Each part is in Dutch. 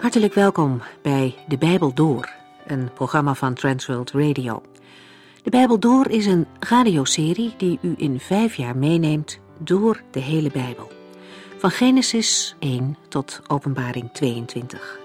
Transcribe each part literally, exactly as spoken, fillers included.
Hartelijk welkom bij De Bijbel Door, een programma van Transworld Radio. De Bijbel Door is een radioserie die u in vijf jaar meeneemt door de hele Bijbel. Van Genesis één tot Openbaring tweeëntwintig.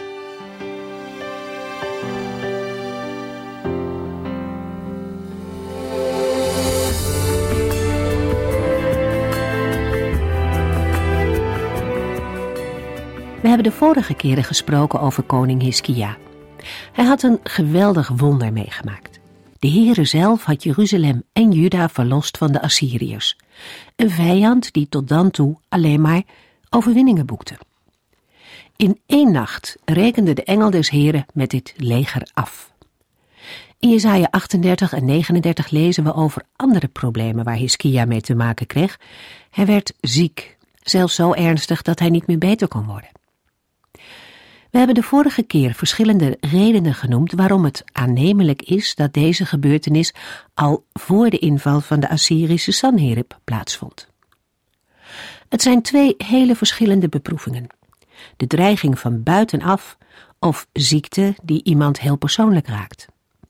We hebben de vorige keren gesproken over koning Hiskia. Hij had een geweldig wonder meegemaakt. De Heere zelf had Jeruzalem en Juda verlost van de Assyriërs. Een vijand die tot dan toe alleen maar overwinningen boekte. In één nacht rekende de engel des Heeren met dit leger af. In Jesaja achtendertig en negenendertig lezen we over andere problemen waar Hiskia mee te maken kreeg. Hij werd ziek, zelfs zo ernstig dat hij niet meer beter kon worden. We hebben de vorige keer verschillende redenen genoemd waarom het aannemelijk is dat deze gebeurtenis al voor de inval van de Assyrische Sanherib plaatsvond. Het zijn twee hele verschillende beproevingen. De dreiging van buitenaf of ziekte die iemand heel persoonlijk raakt.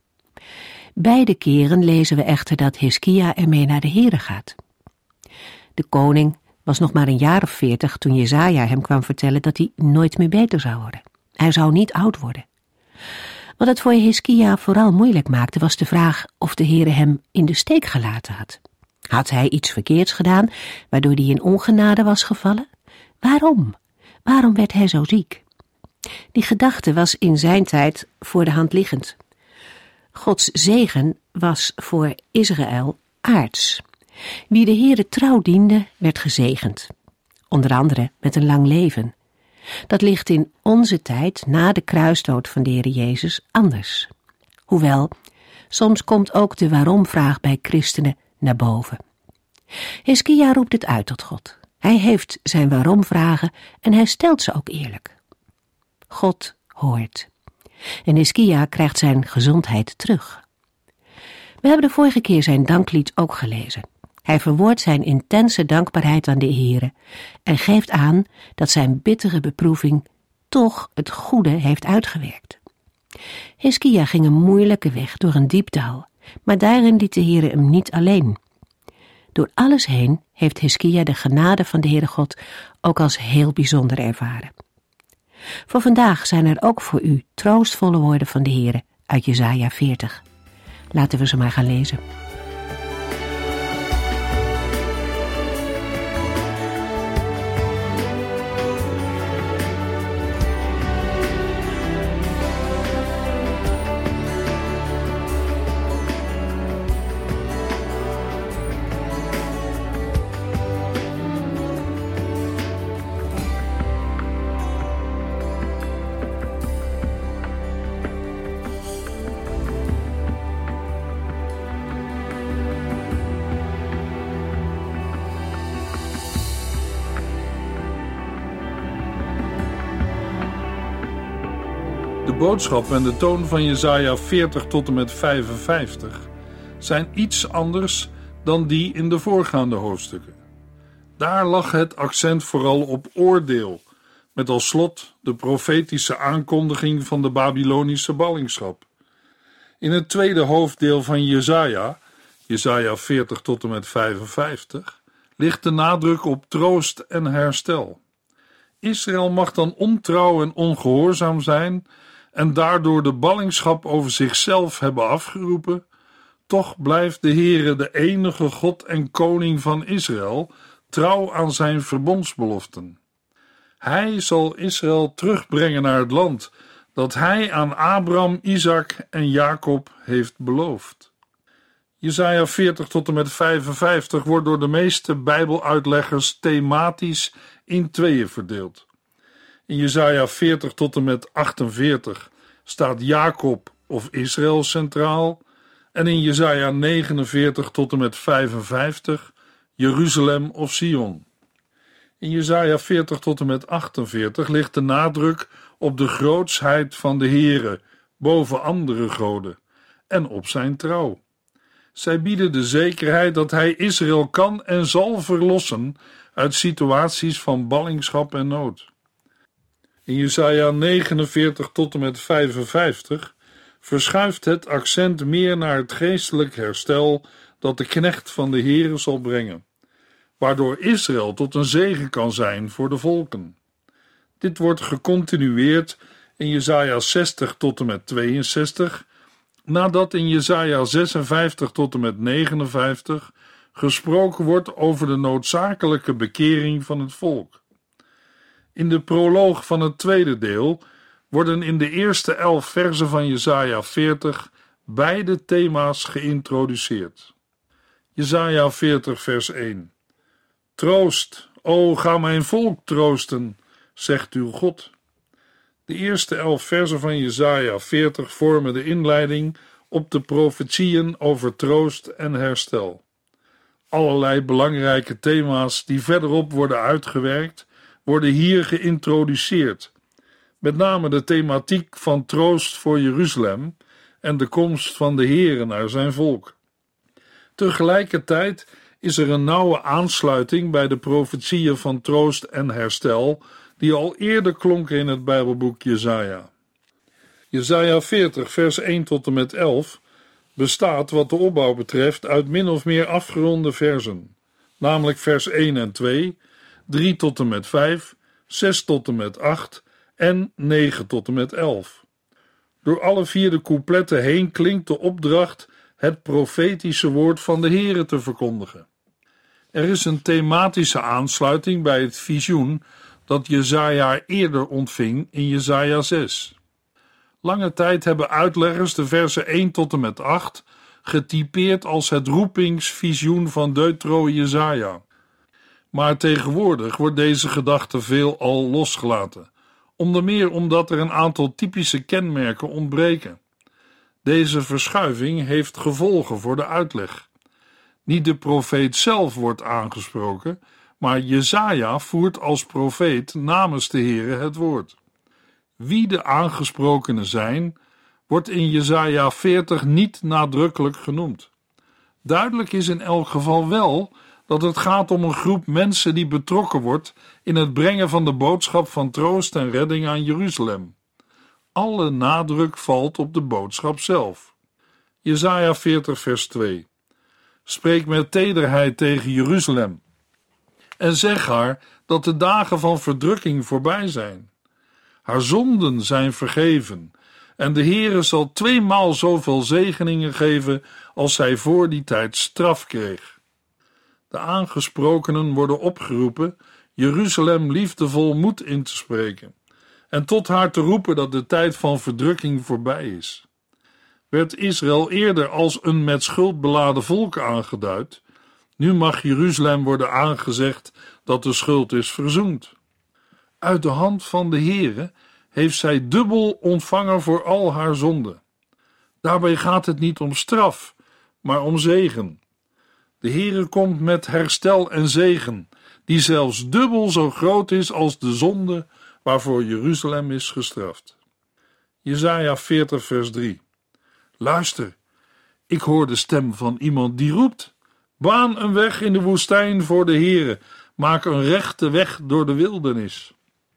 Beide keren lezen we echter dat Hiskia ermee naar de Heere gaat. De koning was nog maar een jaar of veertig toen Jesaja hem kwam vertellen dat hij nooit meer beter zou worden. Hij zou niet oud worden. Wat het voor Hiskia vooral moeilijk maakte was de vraag of de Heere hem in de steek gelaten had. Had hij iets verkeerds gedaan, waardoor hij in ongenade was gevallen? Waarom? Waarom werd hij zo ziek? Die gedachte was in zijn tijd voor de hand liggend. Gods zegen was voor Israël aards. Wie de Heere trouw diende, werd gezegend. Onder andere met een lang leven. Dat ligt in onze tijd, na de kruisdood van de Heere Jezus, anders. Hoewel, soms komt ook de waarom-vraag bij christenen naar boven. Hiskia roept het uit tot God. Hij heeft zijn waarom-vragen en hij stelt ze ook eerlijk. God hoort. En Hiskia krijgt zijn gezondheid terug. We hebben de vorige keer zijn danklied ook gelezen. Hij verwoordt zijn intense dankbaarheid aan de Heere en geeft aan dat zijn bittere beproeving toch het goede heeft uitgewerkt. Hiskia ging een moeilijke weg door een diep dal, maar daarin liet de Heere hem niet alleen. Door alles heen heeft Hiskia de genade van de Heere God ook als heel bijzonder ervaren. Voor vandaag zijn er ook voor u troostvolle woorden van de Heere uit Jesaja veertig. Laten we ze maar gaan lezen. De boodschap en de toon van Jesaja veertig tot en met vijfenvijftig zijn iets anders dan die in de voorgaande hoofdstukken. Daar lag het accent vooral op oordeel, met als slot de profetische aankondiging van de Babylonische ballingschap. In het tweede hoofddeel van Jesaja, Jesaja veertig tot en met vijfenvijftig, ligt de nadruk op troost en herstel. Israël mag dan ontrouw en ongehoorzaam zijn en daardoor de ballingschap over zichzelf hebben afgeroepen, toch blijft de Heere de enige God en koning van Israël trouw aan zijn verbondsbeloften. Hij zal Israël terugbrengen naar het land dat hij aan Abraham, Isaac en Jacob heeft beloofd. Jesaja veertig tot en met vijfenvijftig wordt door de meeste Bijbeluitleggers thematisch in tweeën verdeeld. In Jesaja veertig tot en met achtenveertig staat Jacob of Israël centraal en in Jesaja negenenveertig tot en met vijfenvijftig Jeruzalem of Sion. In Jesaja veertig tot en met achtenveertig ligt de nadruk op de grootsheid van de Heere boven andere goden en op zijn trouw. Zij bieden de zekerheid dat hij Israël kan en zal verlossen uit situaties van ballingschap en nood. In Jesaja negenenveertig tot en met vijfenvijftig verschuift het accent meer naar het geestelijk herstel dat de knecht van de Heere zal brengen, waardoor Israël tot een zegen kan zijn voor de volken. Dit wordt gecontinueerd in Jesaja zestig tot en met tweeënzestig, nadat in Jesaja zesenvijftig tot en met negenenvijftig gesproken wordt over de noodzakelijke bekering van het volk. In de proloog van het tweede deel worden in de eerste elf verzen van Jesaja veertig beide thema's geïntroduceerd. Jesaja veertig vers één. Troost, o ga mijn volk troosten, zegt uw God. De eerste elf verzen van Jesaja veertig vormen de inleiding op de profetieën over troost en herstel. Allerlei belangrijke thema's die verderop worden uitgewerkt, worden hier geïntroduceerd. Met name de thematiek van troost voor Jeruzalem en de komst van de Heere naar zijn volk. Tegelijkertijd is er een nauwe aansluiting bij de profetieën van troost en herstel die al eerder klonken in het Bijbelboek Jesaja. Jesaja veertig vers één tot en met elf bestaat wat de opbouw betreft uit min of meer afgeronde versen, namelijk vers één en twee, drie tot en met vijf, zes tot en met acht en negen tot en met elf. Door alle vier de coupletten heen klinkt de opdracht het profetische woord van de Heere te verkondigen. Er is een thematische aansluiting bij het visioen dat Jesaja eerder ontving in Jesaja zes. Lange tijd hebben uitleggers de versen één tot en met acht getypeerd als het roepingsvisioen van Deutero Jesaja. Maar tegenwoordig wordt deze gedachte veelal losgelaten, onder meer omdat er een aantal typische kenmerken ontbreken. Deze verschuiving heeft gevolgen voor de uitleg. Niet de profeet zelf wordt aangesproken, maar Jesaja voert als profeet namens de Heere het woord. Wie de aangesprokenen zijn, wordt in Jesaja veertig niet nadrukkelijk genoemd. Duidelijk is in elk geval wel dat het gaat om een groep mensen die betrokken wordt in het brengen van de boodschap van troost en redding aan Jeruzalem. Alle nadruk valt op de boodschap zelf. Jesaja veertig vers twee. Spreek met tederheid tegen Jeruzalem en zeg haar dat de dagen van verdrukking voorbij zijn. Haar zonden zijn vergeven en de Heere zal tweemaal zoveel zegeningen geven als zij voor die tijd straf kreeg. De aangesprokenen worden opgeroepen Jeruzalem liefdevol moed in te spreken en tot haar te roepen dat de tijd van verdrukking voorbij is. Werd Israël eerder als een met schuld beladen volk aangeduid, nu mag Jeruzalem worden aangezegd dat de schuld is verzoend. Uit de hand van de Heere heeft zij dubbel ontvangen voor al haar zonden. Daarbij gaat het niet om straf, maar om zegen. De Heere komt met herstel en zegen, die zelfs dubbel zo groot is als de zonde waarvoor Jeruzalem is gestraft. Jesaja veertig vers drie. Luister, ik hoor de stem van iemand die roept: baan een weg in de woestijn voor de Heere, maak een rechte weg door de wildernis.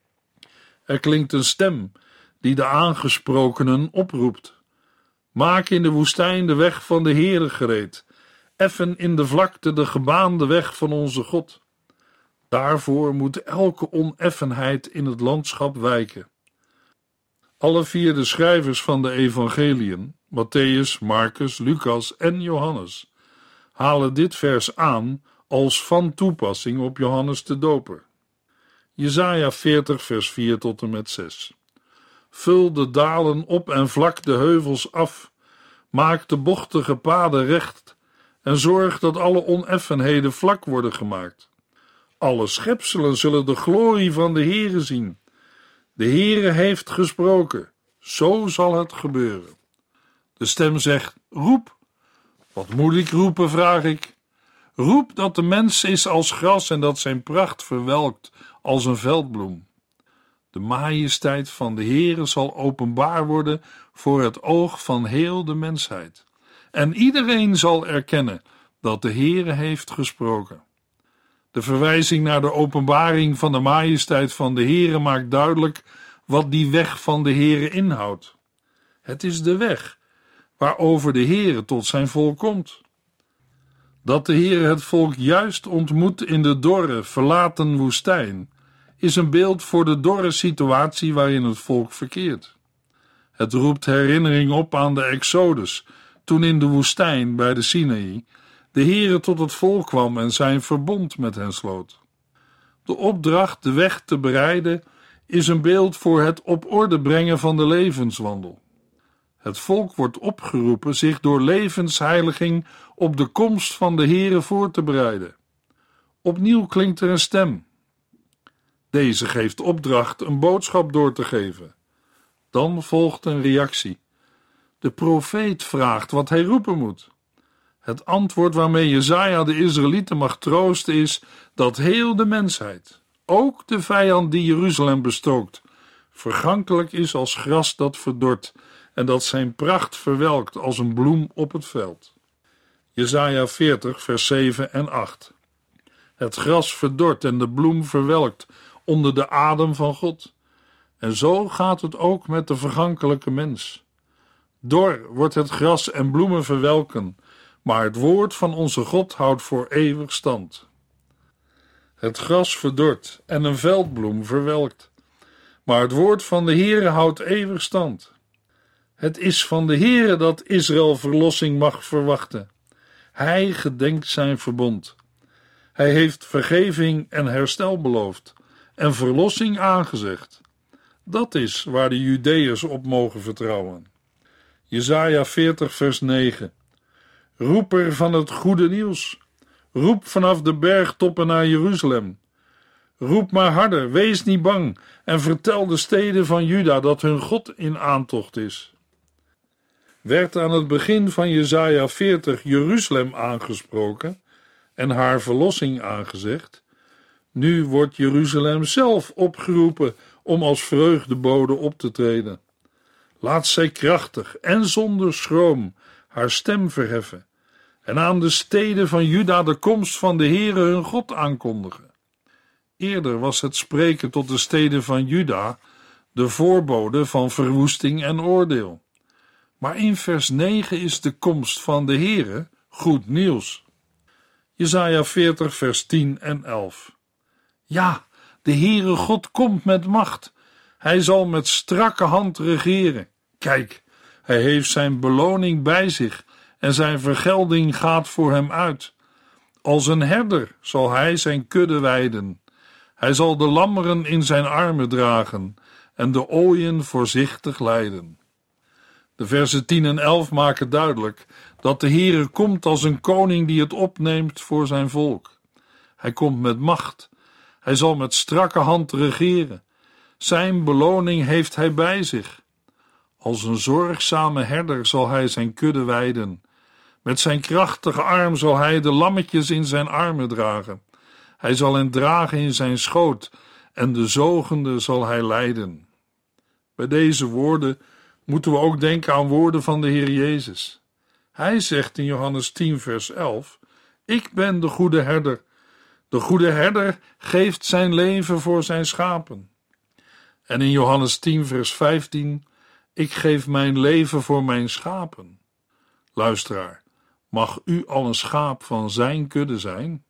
Er klinkt een stem die de aangesprokenen oproept. Maak in de woestijn de weg van de Heere gereed, effen in de vlakte de gebaande weg van onze God. Daarvoor moet elke oneffenheid in het landschap wijken. Alle vier de schrijvers van de evangeliën, Mattheüs, Marcus, Lucas en Johannes, halen dit vers aan als van toepassing op Johannes de Doper. Jesaja veertig vers vier tot en met zes. Vul de dalen op en vlak de heuvels af, maak de bochtige paden recht en zorg dat alle oneffenheden vlak worden gemaakt. Alle schepselen zullen de glorie van de Heere zien. De Heere heeft gesproken, zo zal het gebeuren. De stem zegt: roep. Wat moet ik roepen, vraag ik. Roep dat de mens is als gras en dat zijn pracht verwelkt als een veldbloem. De majesteit van de Heere zal openbaar worden voor het oog van heel de mensheid. En iedereen zal erkennen dat de Heere heeft gesproken. De verwijzing naar de openbaring van de majesteit van de Heere maakt duidelijk wat die weg van de Heere inhoudt. Het is de weg waarover de Heere tot zijn volk komt. Dat de Heere het volk juist ontmoet in de dorre, verlaten woestijn, is een beeld voor de dorre situatie waarin het volk verkeert. Het roept herinnering op aan de Exodus, toen in de woestijn bij de Sinaï de Heere tot het volk kwam en zijn verbond met hen sloot. De opdracht de weg te bereiden is een beeld voor het op orde brengen van de levenswandel. Het volk wordt opgeroepen zich door levensheiliging op de komst van de Heere voor te bereiden. Opnieuw klinkt er een stem. Deze geeft opdracht een boodschap door te geven. Dan volgt een reactie. De profeet vraagt wat hij roepen moet. Het antwoord waarmee Jesaja de Israëlieten mag troosten is dat heel de mensheid, ook de vijand die Jeruzalem bestookt, vergankelijk is als gras dat verdort en dat zijn pracht verwelkt als een bloem op het veld. Jesaja veertig, vers zeven en acht. Het gras verdort en de bloem verwelkt onder de adem van God. En zo gaat het ook met de vergankelijke mens. Dor wordt het gras en bloemen verwelken, maar het woord van onze God houdt voor eeuwig stand. Het gras verdort en een veldbloem verwelkt, maar het woord van de Heere houdt eeuwig stand. Het is van de Heere dat Israël verlossing mag verwachten. Hij gedenkt zijn verbond. Hij heeft vergeving en herstel beloofd en verlossing aangezegd. Dat is waar de Judeërs op mogen vertrouwen. Jesaja veertig, vers negen. Roep er van het goede nieuws. Roep vanaf de bergtoppen naar Jeruzalem. Roep maar harder, wees niet bang en vertel de steden van Juda dat hun God in aantocht is. Werd aan het begin van Jesaja veertig Jeruzalem aangesproken en haar verlossing aangezegd, nu wordt Jeruzalem zelf opgeroepen om als vreugdebode op te treden. Laat zij krachtig en zonder schroom haar stem verheffen en aan de steden van Juda de komst van de Heere hun God aankondigen. Eerder was het spreken tot de steden van Juda de voorbode van verwoesting en oordeel. Maar in vers negen is de komst van de Heere goed nieuws. Jesaja veertig, vers tien en elf. Ja, de Heere God komt met macht. Hij zal met strakke hand regeren. Kijk, hij heeft zijn beloning bij zich en zijn vergelding gaat voor hem uit. Als een herder zal hij zijn kudde weiden. Hij zal de lammeren in zijn armen dragen en de ooien voorzichtig leiden. De versen tien en elf maken duidelijk dat de Heere komt als een koning die het opneemt voor zijn volk. Hij komt met macht. Hij zal met strakke hand regeren. Zijn beloning heeft hij bij zich. Als een zorgzame herder zal hij zijn kudde weiden. Met zijn krachtige arm zal hij de lammetjes in zijn armen dragen. Hij zal hen dragen in zijn schoot en de zogende zal hij leiden. Bij deze woorden moeten we ook denken aan woorden van de Heer Jezus. Hij zegt in Johannes tien, vers elf, ik ben de goede herder. De goede herder geeft zijn leven voor zijn schapen. En in Johannes tien, vers vijftien, ik geef mijn leven voor mijn schapen. Luisteraar, mag u al een schaap van zijn kudde zijn?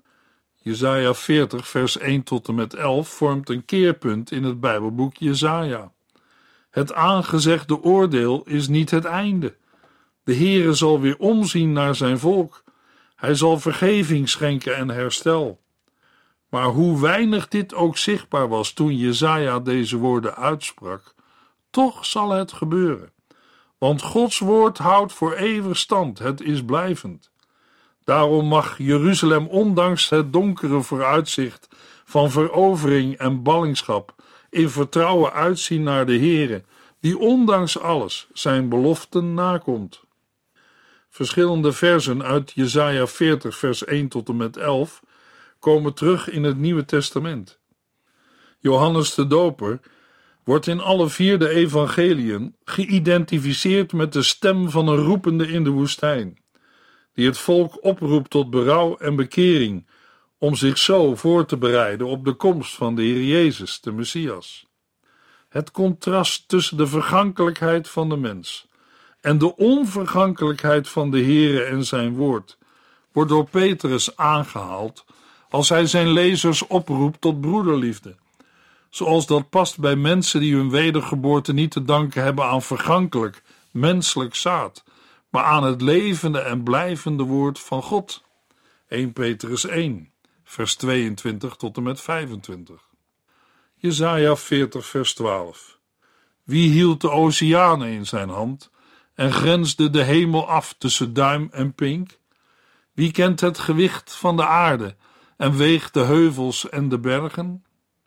Jesaja veertig, vers één tot en met elf vormt een keerpunt in het Bijbelboek Jesaja. Het aangezegde oordeel is niet het einde. De Heere zal weer omzien naar zijn volk. Hij zal vergeving schenken en herstel. Maar hoe weinig dit ook zichtbaar was toen Jesaja deze woorden uitsprak, toch zal het gebeuren. Want Gods woord houdt voor eeuwig stand, het is blijvend. Daarom mag Jeruzalem ondanks het donkere vooruitzicht van verovering en ballingschap in vertrouwen uitzien naar de Heere, die ondanks alles zijn beloften nakomt. Verschillende versen uit Jesaja veertig, vers één tot en met elf komen terug in het Nieuwe Testament. Johannes de Doper wordt in alle vier de evangeliën geïdentificeerd met de stem van een roepende in de woestijn, die het volk oproept tot berouw en bekering, om zich zo voor te bereiden op de komst van de Heer Jezus, de Messias. Het contrast tussen de vergankelijkheid van de mens en de onvergankelijkheid van de Heere en zijn woord wordt door Petrus aangehaald als hij zijn lezers oproept tot broederliefde, zoals dat past bij mensen die hun wedergeboorte niet te danken hebben aan vergankelijk, menselijk zaad, maar aan het levende en blijvende woord van God. Eerste Petrus één, vers tweeëntwintig tot en met vijfentwintig. Jesaja veertig, vers twaalf. Wie hield de oceanen in zijn hand en grensde de hemel af tussen duim en pink? Wie kent het gewicht van de aarde en weegt de heuvels en de bergen?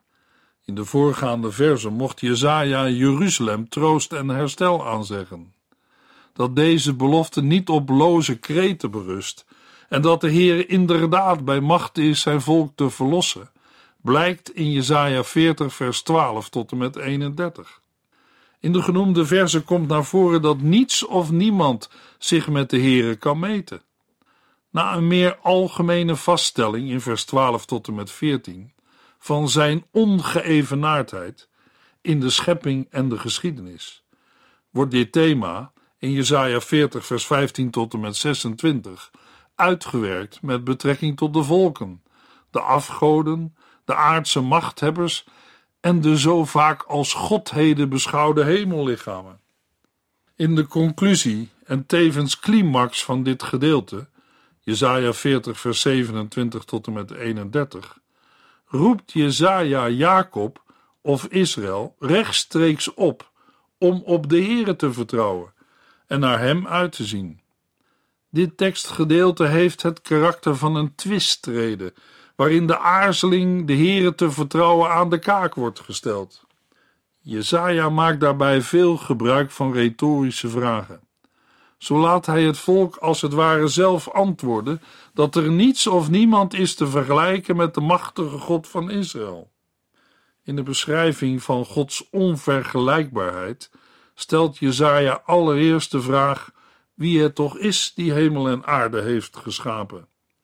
In de voorgaande verzen mocht Jesaja Jeruzalem troost en herstel aanzeggen. Dat deze belofte niet op loze kreten berust en dat de Heer inderdaad bij machte is zijn volk te verlossen, blijkt in Jesaja veertig, vers twaalf tot en met eenendertig. In de genoemde verzen komt naar voren dat niets of niemand zich met de Heere kan meten. Na een meer algemene vaststelling in vers twaalf tot en met veertien van zijn ongeëvenaardheid in de schepping en de geschiedenis, wordt dit thema in Jesaja veertig, vers vijftien tot en met zesentwintig uitgewerkt met betrekking tot de volken, de afgoden, de aardse machthebbers en de zo vaak als godheden beschouwde hemellichamen. In de conclusie en tevens climax van dit gedeelte, Jesaja veertig, vers zevenentwintig tot en met eenendertig, roept Jesaja Jacob of Israël rechtstreeks op om op de Heere te vertrouwen en naar hem uit te zien. Dit tekstgedeelte heeft het karakter van een twistrede, waarin de aarzeling de Heere te vertrouwen aan de kaak wordt gesteld. Jesaja maakt daarbij veel gebruik van retorische vragen. Zo laat hij het volk als het ware zelf antwoorden dat er niets of niemand is te vergelijken met de machtige God van Israël. In de beschrijving van Gods onvergelijkbaarheid stelt Jesaja allereerst de vraag wie het toch is die hemel en aarde heeft geschapen.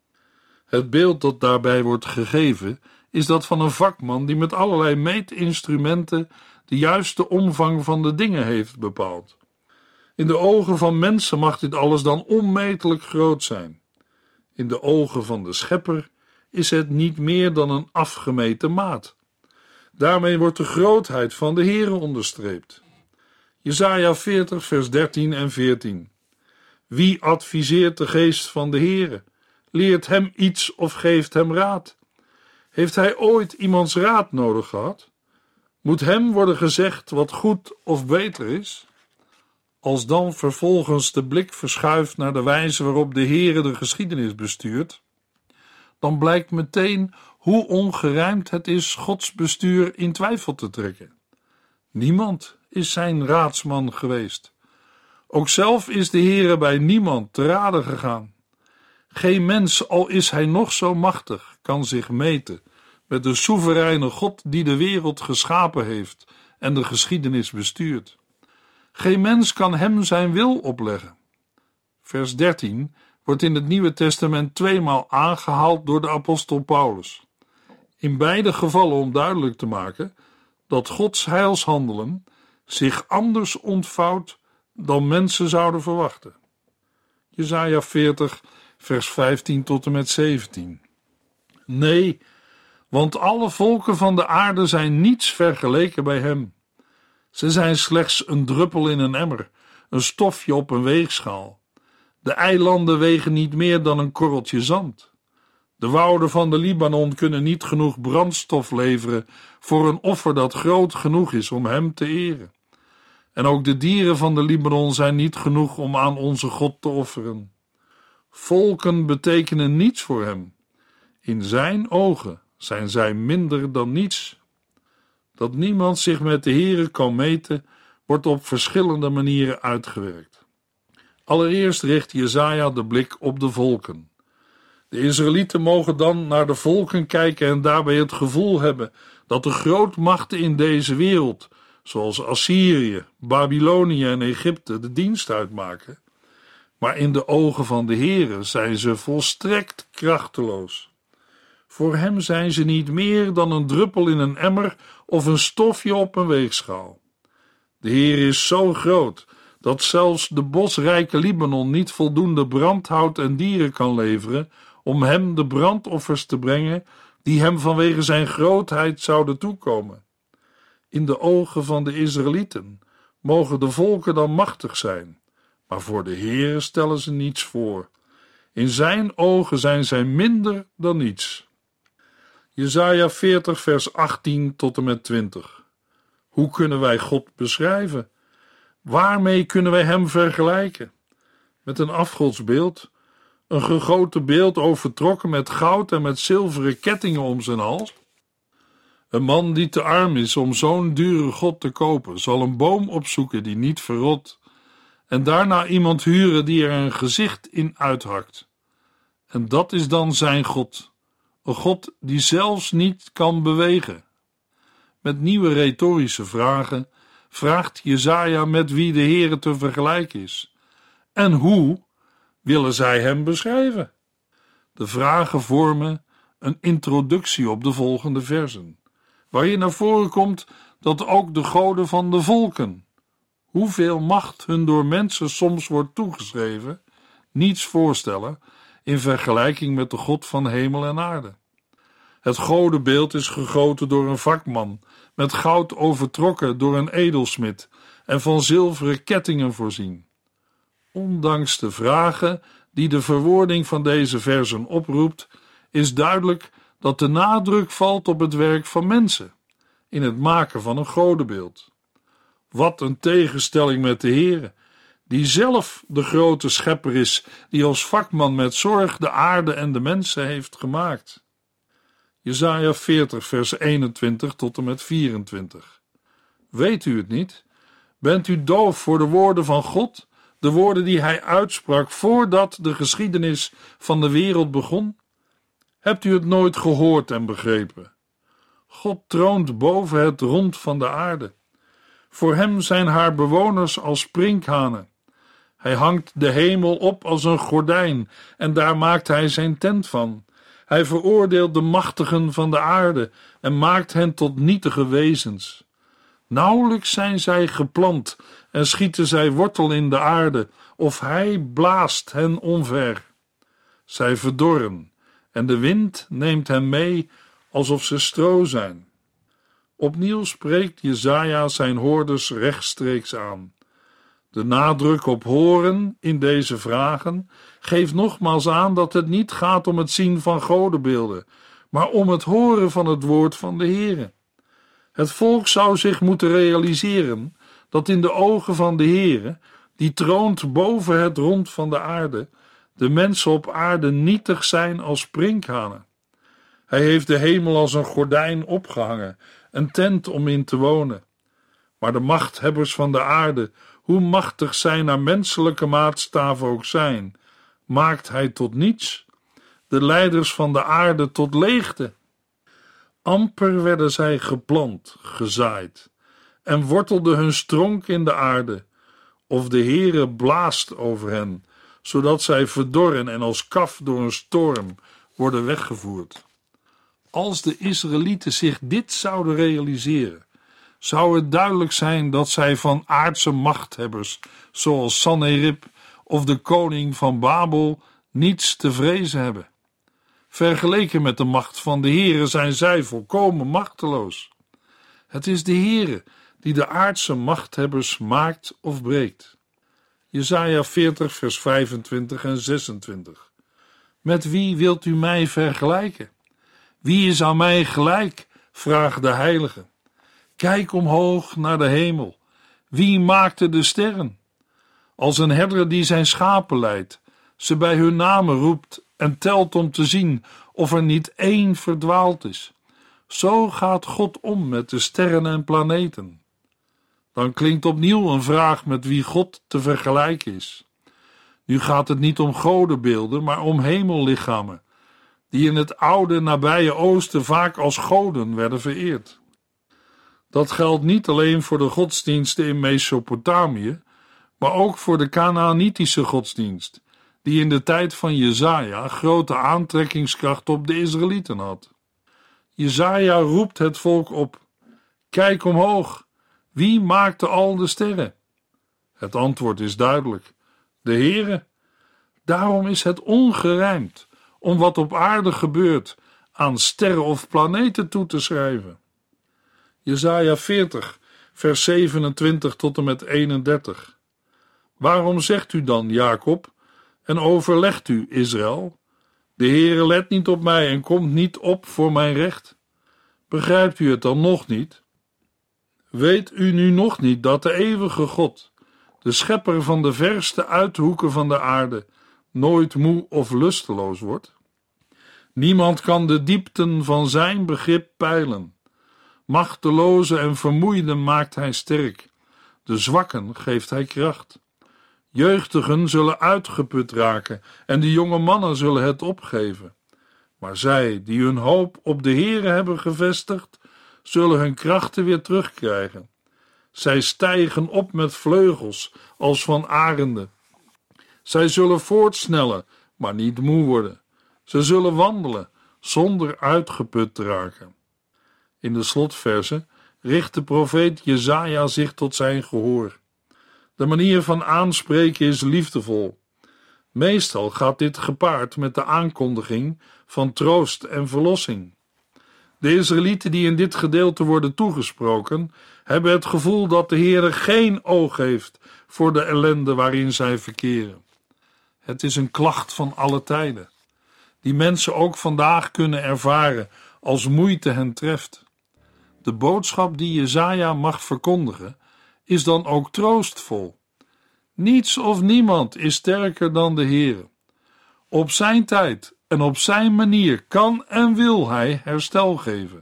Het beeld dat daarbij wordt gegeven is dat van een vakman die met allerlei meetinstrumenten de juiste omvang van de dingen heeft bepaald. In de ogen van mensen mag dit alles dan onmetelijk groot zijn. In de ogen van de Schepper is het niet meer dan een afgemeten maat. Daarmee wordt de grootheid van de Heere onderstreept. Jesaja veertig, vers dertien en veertien. Wie adviseert de geest van de Heere? Leert hem iets of geeft hem raad? Heeft hij ooit iemands raad nodig gehad? Moet hem worden gezegd wat goed of beter is? Als dan vervolgens de blik verschuift naar de wijze waarop de Heere de geschiedenis bestuurt, dan blijkt meteen hoe ongerijmd het is Gods bestuur in twijfel te trekken. Niemand is zijn raadsman geweest. Ook zelf is de Heere bij niemand te rade gegaan. Geen mens, al is hij nog zo machtig, kan zich meten met de soevereine God die de wereld geschapen heeft en de geschiedenis bestuurt. Geen mens kan hem zijn wil opleggen. Vers dertien wordt in het Nieuwe Testament tweemaal aangehaald door de apostel Paulus. In beide gevallen om duidelijk te maken dat Gods heilshandelen zich anders ontvouwt dan mensen zouden verwachten. Jesaja veertig, vers vijftien tot en met zeventien. Nee, want alle volken van de aarde zijn niets vergeleken bij hem. Ze zijn slechts een druppel in een emmer, een stofje op een weegschaal. De eilanden wegen niet meer dan een korreltje zand. De wouden van de Libanon kunnen niet genoeg brandstof leveren voor een offer dat groot genoeg is om hem te eren. En ook de dieren van de Libanon zijn niet genoeg om aan onze God te offeren. Volken betekenen niets voor hem. In zijn ogen zijn zij minder dan niets. Dat niemand zich met de Heere kan meten, wordt op verschillende manieren uitgewerkt. Allereerst richt Jesaja de blik op de volken. De Israëlieten mogen dan naar de volken kijken en daarbij het gevoel hebben dat de grootmachten in deze wereld, zoals Assyrië, Babylonië en Egypte, de dienst uitmaken. Maar in de ogen van de Heere zijn ze volstrekt krachteloos. Voor hem zijn ze niet meer dan een druppel in een emmer of een stofje op een weegschaal. De Heer is zo groot dat zelfs de bosrijke Libanon niet voldoende brandhout en dieren kan leveren om hem de brandoffers te brengen die hem vanwege zijn grootheid zouden toekomen. In de ogen van de Israëlieten mogen de volken dan machtig zijn, maar voor de Heer stellen ze niets voor. In zijn ogen zijn zij minder dan niets. Jesaja veertig vers achttien tot en met twintig. Hoe kunnen wij God beschrijven? Waarmee kunnen wij hem vergelijken? Met een afgodsbeeld? Een gegoten beeld overtrokken met goud en met zilveren kettingen om zijn hals? Een man die te arm is om zo'n dure god te kopen, zal een boom opzoeken die niet verrot, en daarna iemand huren die er een gezicht in uithakt. En dat is dan zijn God, een God die zelfs niet kan bewegen. Met nieuwe retorische vragen vraagt Jesaja met wie de Heere te vergelijken is. En hoe willen zij hem beschrijven? De vragen vormen een introductie op de volgende versen, waarin naar voren komt dat ook de goden van de volken, hoeveel macht hun door mensen soms wordt toegeschreven, niets voorstellen in vergelijking met de God van hemel en aarde. Het godenbeeld is gegoten door een vakman, met goud overtrokken door een edelsmid en van zilveren kettingen voorzien. Ondanks de vragen die de verwoording van deze versen oproept, is duidelijk dat de nadruk valt op het werk van mensen in het maken van een godenbeeld. Wat een tegenstelling met de Heere, die zelf de grote schepper is, die als vakman met zorg de aarde en de mensen heeft gemaakt. Jesaja veertig vers eenentwintig tot en met vierentwintig. Weet u het niet? Bent u doof voor de woorden van God, de woorden die hij uitsprak voordat de geschiedenis van de wereld begon? Hebt u het nooit gehoord en begrepen? God troont boven het rond van de aarde. Voor hem zijn haar bewoners als sprinkhanen. Hij hangt de hemel op als een gordijn en daar maakt hij zijn tent van. Hij veroordeelt de machtigen van de aarde en maakt hen tot nietige wezens. Nauwelijks zijn zij geplant en schieten zij wortel in de aarde, of hij blaast hen omver. Zij verdorren en de wind neemt hen mee alsof ze stro zijn. Opnieuw spreekt Jesaja zijn hoorders rechtstreeks aan. De nadruk op horen in deze vragen geeft nogmaals aan dat het niet gaat om het zien van godenbeelden, maar om het horen van het woord van de Heere. Het volk zou zich moeten realiseren dat in de ogen van de Heere, die troont boven het rond van de aarde, de mensen op aarde nietig zijn als sprinkhanen. Hij heeft de hemel als een gordijn opgehangen, een tent om in te wonen. Maar de machthebbers van de aarde, hoe machtig zij naar menselijke maatstaven ook zijn, maakt hij tot niets, de leiders van de aarde tot leegte. Amper werden zij geplant, gezaaid, en wortelde hun stronk in de aarde, of de Heere blaast over hen, zodat zij verdorren en als kaf door een storm worden weggevoerd. Als de Israëlieten zich dit zouden realiseren, zou het duidelijk zijn dat zij van aardse machthebbers, zoals Sanherib of de koning van Babel, niets te vrezen hebben. Vergeleken met de macht van de Heere zijn zij volkomen machteloos. Het is de Heere die de aardse machthebbers maakt of breekt. Jesaja veertig vers vijfentwintig en zesentwintig. Met wie wilt u mij vergelijken? Wie is aan mij gelijk? Vraagt de heilige. Kijk omhoog naar de hemel. Wie maakte de sterren? Als een herder die zijn schapen leidt, ze bij hun namen roept en telt om te zien of er niet één verdwaald is. Zo gaat God om met de sterren en planeten. Dan klinkt opnieuw een vraag met wie God te vergelijken is. Nu gaat het niet om godenbeelden, maar om hemellichamen, die in het oude nabije oosten vaak als goden werden vereerd. Dat geldt niet alleen voor de godsdiensten in Mesopotamië, maar ook voor de Kanaanitische godsdienst, die in de tijd van Jesaja grote aantrekkingskracht op de Israëlieten had. Jesaja roept het volk op: kijk omhoog, wie maakte al de sterren? Het antwoord is duidelijk: de Heere. Daarom is het ongerijmd om wat op aarde gebeurt aan sterren of planeten toe te schrijven. Jesaja veertig, vers zevenentwintig tot en met eenendertig. Waarom zegt u dan, Jacob, en overlegt u, Israël? De Heere let niet op mij en komt niet op voor mijn recht. Begrijpt u het dan nog niet? Weet u nu nog niet dat de eeuwige God, de schepper van de verste uithoeken van de aarde, nooit moe of lusteloos wordt? Niemand kan de diepten van zijn begrip peilen. Machtelozen en vermoeiden maakt hij sterk. De zwakken geeft hij kracht. Jeugdigen zullen uitgeput raken en de jonge mannen zullen het opgeven. Maar zij die hun hoop op de Heere hebben gevestigd, zullen hun krachten weer terugkrijgen. Zij stijgen op met vleugels als van arenden. Zij zullen voortsnellen, maar niet moe worden. Ze zullen wandelen zonder uitgeput te raken. In de slotverse richt de profeet Jesaja zich tot zijn gehoor. De manier van aanspreken is liefdevol. Meestal gaat dit gepaard met de aankondiging van troost en verlossing. De Israëlieten die in dit gedeelte worden toegesproken, hebben het gevoel dat de Heere geen oog heeft voor de ellende waarin zij verkeren. Het is een klacht van alle tijden, die mensen ook vandaag kunnen ervaren als moeite hen treft. De boodschap die Jesaja mag verkondigen, is dan ook troostvol. Niets of niemand is sterker dan de Heere. Op zijn tijd en op zijn manier kan en wil hij herstel geven.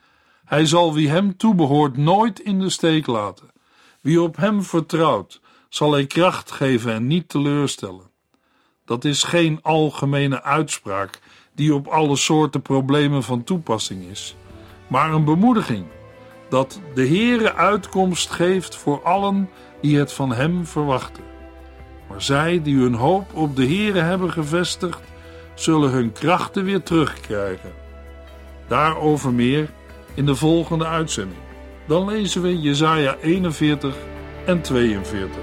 Hij zal wie hem toebehoort nooit in de steek laten. Wie op hem vertrouwt, zal hij kracht geven en niet teleurstellen. Dat is geen algemene uitspraak die op alle soorten problemen van toepassing is, maar een bemoediging dat de Heere uitkomst geeft voor allen die het van hem verwachten. Maar zij die hun hoop op de Heere hebben gevestigd, zullen hun krachten weer terugkrijgen. Daarover meer in de volgende uitzending. Dan lezen we Jesaja eenenveertig en tweeënveertig.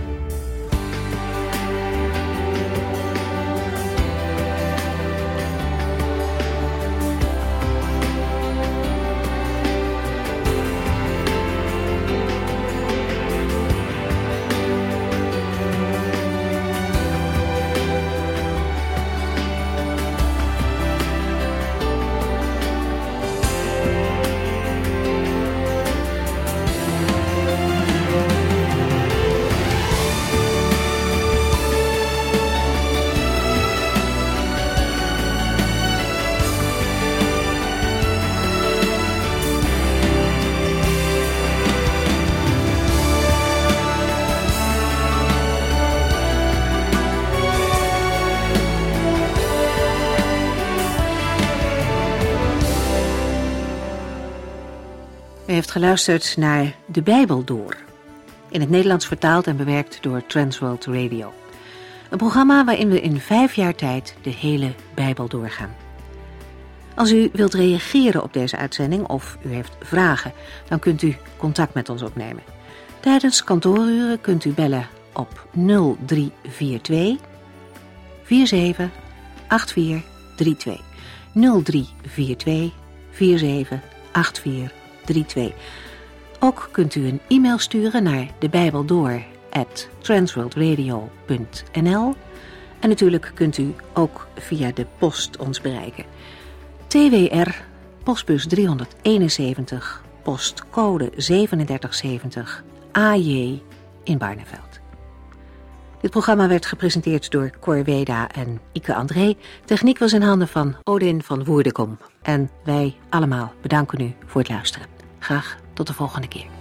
U heeft geluisterd naar De Bijbel Door, in het Nederlands vertaald en bewerkt door Transworld Radio. Een programma waarin we in vijf jaar tijd de hele Bijbel doorgaan. Als u wilt reageren op deze uitzending of u heeft vragen, dan kunt u contact met ons opnemen. Tijdens kantooruren kunt u bellen op nul drie vier twee vier zeven acht vier drie twee. nul drie vier twee vier zeven acht vier drie twee. Ook kunt u een e-mail sturen naar debijbeldoor at transworldradio punt n l en natuurlijk kunt u ook via de post ons bereiken. T W R, postbus driehonderdeenenzeventig, postcode zevenendertig zeventig, A J in Barneveld. Dit programma werd gepresenteerd door Cor Weda en Ike André. Techniek was in handen van Odin van Woerdekom. En wij allemaal bedanken u voor het luisteren. Graag tot de volgende keer.